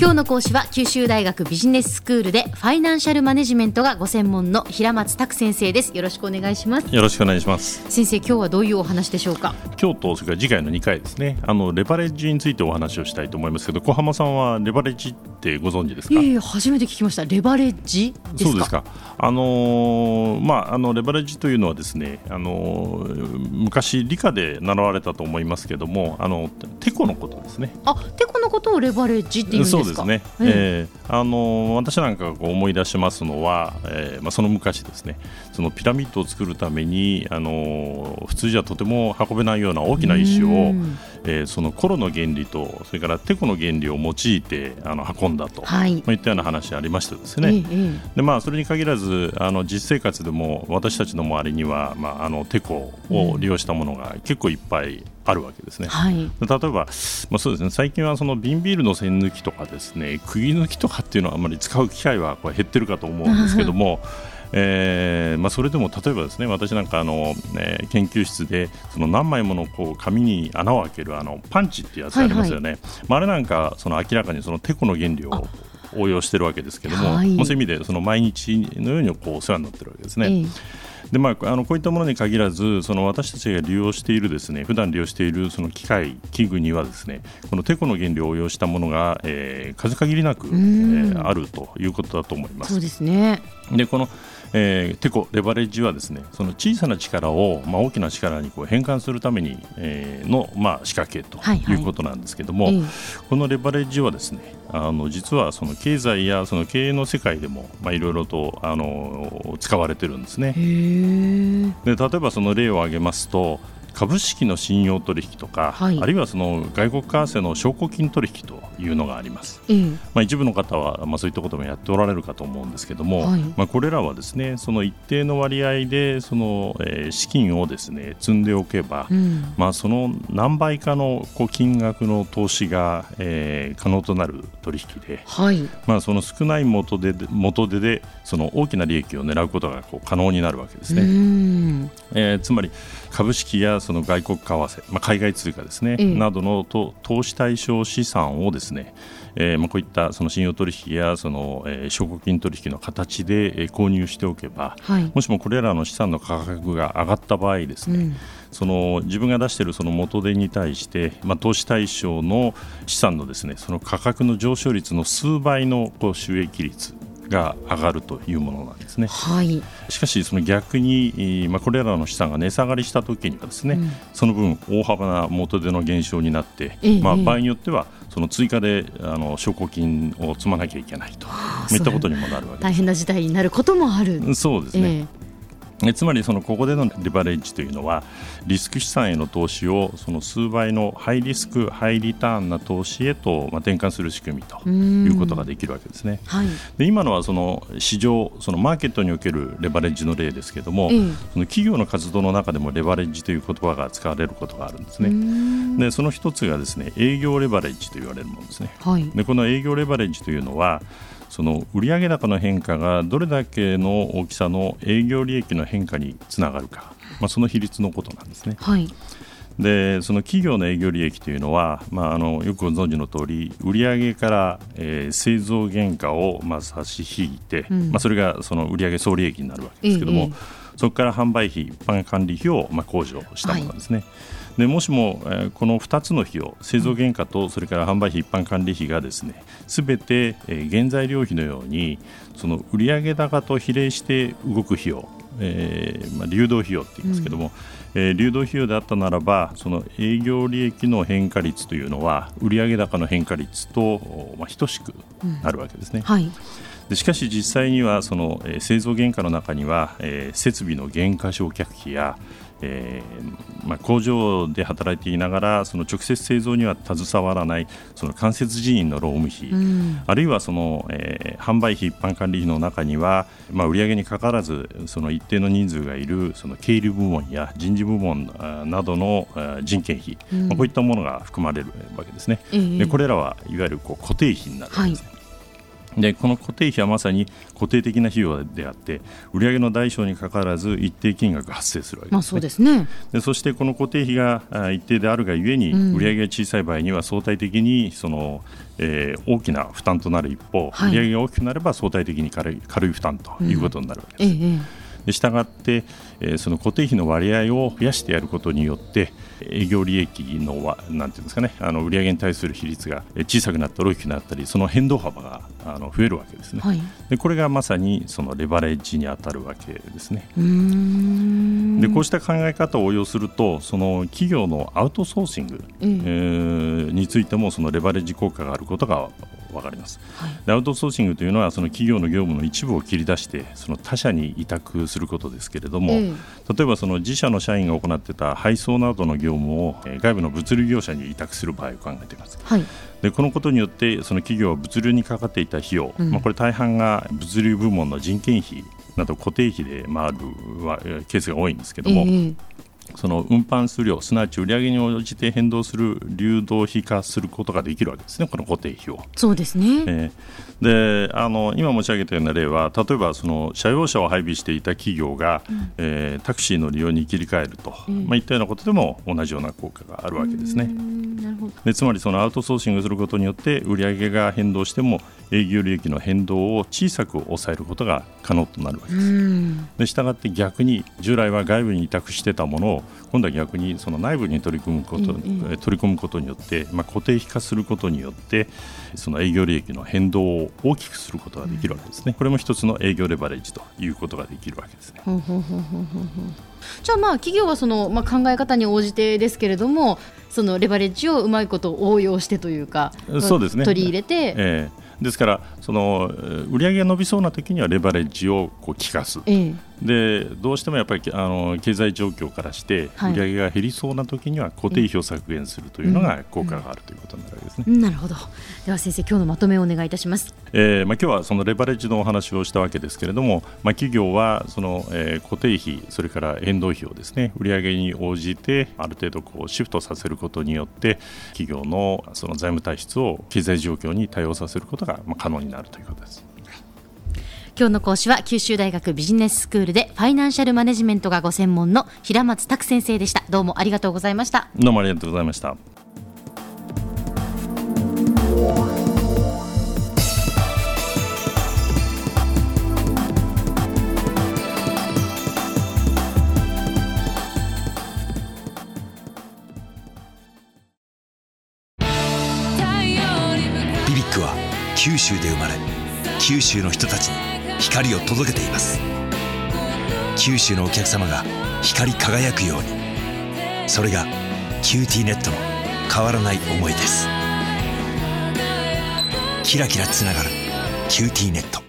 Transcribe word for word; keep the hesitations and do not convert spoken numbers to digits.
今日の講師は九州大学ビジネススクールでファイナンシャルマネジメントがご専門の平松卓先生です。よろしくお願いします。 よろしくお願いします。 先生、今日はどういうお話でしょうか。 今日とそれから次回のにかいですね、あのレバレッジについてお話をしたいと思いますけど、小浜さんはレバレッジってご存知ですか。 いえいえ、初めて聞きました。レバレッジですか。 そうですか。あのーまあ、あのレバレッジというのはですね、あのー、昔理科で習われたと思いますけども、あのテコのことですね。 あ、テコのことをレバレッジって言うんですか。 そうですね、えーあのー、私なんかがこう思い出しますのは、えーまあ、その昔ですね、そのピラミッドを作るために、あのー、普通じゃとても運べないような大きな石を、えー、そのコロの原理とそれからテコの原理を用いてあの運んだと、はい、まあ、いったような話ありましてですね、ええでまあ、それに限らずあの実生活でも私たちの周りには、まあ、あのテコを利用したものが結構いっぱいあるわけですね、はい、例えば、まあ、そうですね、最近はその瓶ビールの栓抜きとかですね、釘抜きとかっていうのはあまり使う機会はこれ減ってるかと思うんですけどもえーまあ、それでも例えばですね、私なんかあの、えー、研究室でその何枚ものこう紙に穴を開けるあのパンチっていうやつありますよね、はいはい、まあ、あれなんかその明らかにそのテコの原理を応用してるわけですけども、はい、そういう意味でその毎日のようにこうお世話になってるわけですね、えーでまあ、あのこういったものに限らず、その私たちが利用しているですね、普段利用しているその機械器具にはですね、このテコの原理を応用したものが、えー、数限りなく、えー、あるということだと思います。 そうですね。 でこのえー、テコレバレッジはですね、その小さな力を、まあ、大きな力にこう変換するために、えー、の、まあ、仕掛けということなんですけども、はいはい、このレバレッジはですね、あの実はその経済やその経営の世界でもいろいろとあの使われてるんですね。へー。で例えばその例を挙げますと、株式の信用取引とか、はい、あるいはその外国為替の証拠金取引というのがあります、うん、まあ、一部の方はまあそういったこともやっておられるかと思うんですけども、はい、まあ、これらはですね、その一定の割合でその、えー、資金をですね積んでおけば、うん、まあ、その何倍かのこう金額の投資が、えー、可能となる取引で、はい、まあ、その少ない元手で、元手でその大きな利益を狙うことがこう可能になるわけですね。うん、えー、つまり株式やその外国為替、まあ、海外通貨ですね、ええ、などのと投資対象資産をですね、えーまあ、こういったその信用取引やその、えー、証拠金取引の形で、えー、購入しておけば、はい、もしもこれらの資産の価格が上がった場合ですね、うん、その自分が出しているその元手に対して、まあ、投資対象の資産のですね、その価格の上昇率の数倍のこう収益率が上がるというものなんですね、はい、しかしその逆に、まあ、これらの資産が値下がりしたときにはですね、うん、その分大幅な元手の減少になって、ええ、まあ、場合によってはその追加であの証拠金を積まなきゃいけないといったことにもなるわけです。 大変な事態になることもある。 そうですね、ええ、つまりそのここでのレバレッジというのは、リスク資産への投資をその数倍のハイリスクハイリターンな投資へとまあ転換する仕組みということができるわけですね、はい、で今のはその市場、そのマーケットにおけるレバレッジの例ですけれども、うん、その企業の活動の中でもレバレッジという言葉が使われることがあるんですね。でその一つがですね、営業レバレッジと言われるものですね、はい、でこの営業レバレッジというのは、その売上高の変化がどれだけの大きさの営業利益の変化につながるか、まあ、その比率のことなんですね、はい、でその企業の営業利益というのは、まあ、あのよくご存知の通り、売上から、えー、製造原価をまず差し引いて、うん、まあ、それがその売上総利益になるわけですけども、ええ、そこから販売費、一般管理費をまあ控除したものですね、はい、でもしも、えー、このふたつの費用、製造原価とそれから販売費、一般管理費がですね、すべて、えー、原材料費のようにその売上高と比例して動く費用、えーまあ、流動費用と言いますけども、うん、えー、流動費用であったならば、その営業利益の変化率というのは売上高の変化率と、まあ、等しくなるわけですね、うん、はい、でしかし実際にはその、えー、製造原価の中には、えー、設備の減価償却費や、えーまあ、工場で働いていながらその直接製造には携わらないその間接人員の労務費、うん、あるいはその、えー、販売費、一般管理費の中には、まあ、売上にかかわらずその一定の人数がいるその経理部門や人事部門などの人件費、うん、まあ、こういったものが含まれるわけですね、えー、でこれらはいわゆるこう固定費になるわけですね、はい。 でこの固定費はまさに固定的な費用であって売上の大小にかかわらず一定金額発生するわけですね。 まあ、そうですね。 でそしてこの固定費が一定であるがゆえに、うん、売上が小さい場合には相対的にその、えー、大きな負担となる一方、はい、売上が大きくなれば相対的に軽い、軽い負担ということになるわけです、うんええでしたがって、えー、その固定費の割合を増やしてやることによって営業利益のなんていうんですかね、あの売上に対する比率が小さくなったり大きくなったりその変動幅があの増えるわけですね、はい、でこれがまさにそのレバレッジに当たるわけですね。 うーんでこうした考え方を応用するとその企業のアウトソーシング、うんえー、についてもそのレバレッジ効果があることが分かります、はい、でアウトソーシングというのはその企業の業務の一部を切り出してその他社に委託することですけれども、うん、例えばその自社の社員が行っていた配送などの業務を外部の物流業者に委託する場合を考えています、はい、でこのことによってその企業は物流にかかっていた費用、うんまあ、これ大半が物流部門の人件費など固定費で回るケースが多いんですけども、えーその運搬数量すなわち売上に応じて変動する流動費化することができるわけですね、この固定費を。 そうですね、 えー、であの今申し上げたような例は例えばその車用車を配備していた企業が、うんえー、タクシーの利用に切り替えると、うんまあ、いったようなことでも同じような効果があるわけですね。 なるほど。 でつまりそのアウトソーシングすることによって売上が変動しても営業利益の変動を小さく抑えることが可能となるわけです。 うんでしたがって逆に従来は外部に委託してたものを今度は逆にその内部に取り組むこと、うんうん、取り込むことによって、まあ、固定費化することによってその営業利益の変動を大きくすることができるわけですね。これも一つの営業レバレッジということができるわけですね。 ほうほうほうほうほう。じゃあまあ企業はその、まあ、考え方に応じてですけれどもそのレバレッジをうまいこと応用してというかそうですね、 取り入れて、 えーですからその売上が伸びそうな時にはレバレッジをこう効かす、ええ、でどうしてもやっぱりあの経済状況からして売上が減りそうな時には固定費を削減するというのが効果があるということになるわけですね、 うんうん、なるほど。では先生今日のまとめをお願いいたします。 えーまあ、今日はそのレバレッジのお話をしたわけですけれども、まあ、企業はその、えー、固定費それから変動費をですね売上に応じてある程度こうシフトさせることによって企業のその財務体質を経済状況に対応させることが可能になるということです。 今日の講師は九州大学ビジネススクールでファイナンシャルマネジメントがご専門の平松卓先生でした。どうもありがとうございました。 どうもありがとうございました。 ビビックは九州で生まれ九州の人たちに光を届けています。九州のお客様が光り輝くように、それがキューティーネットの変わらない思いです。キラキラつながるキューティーネット。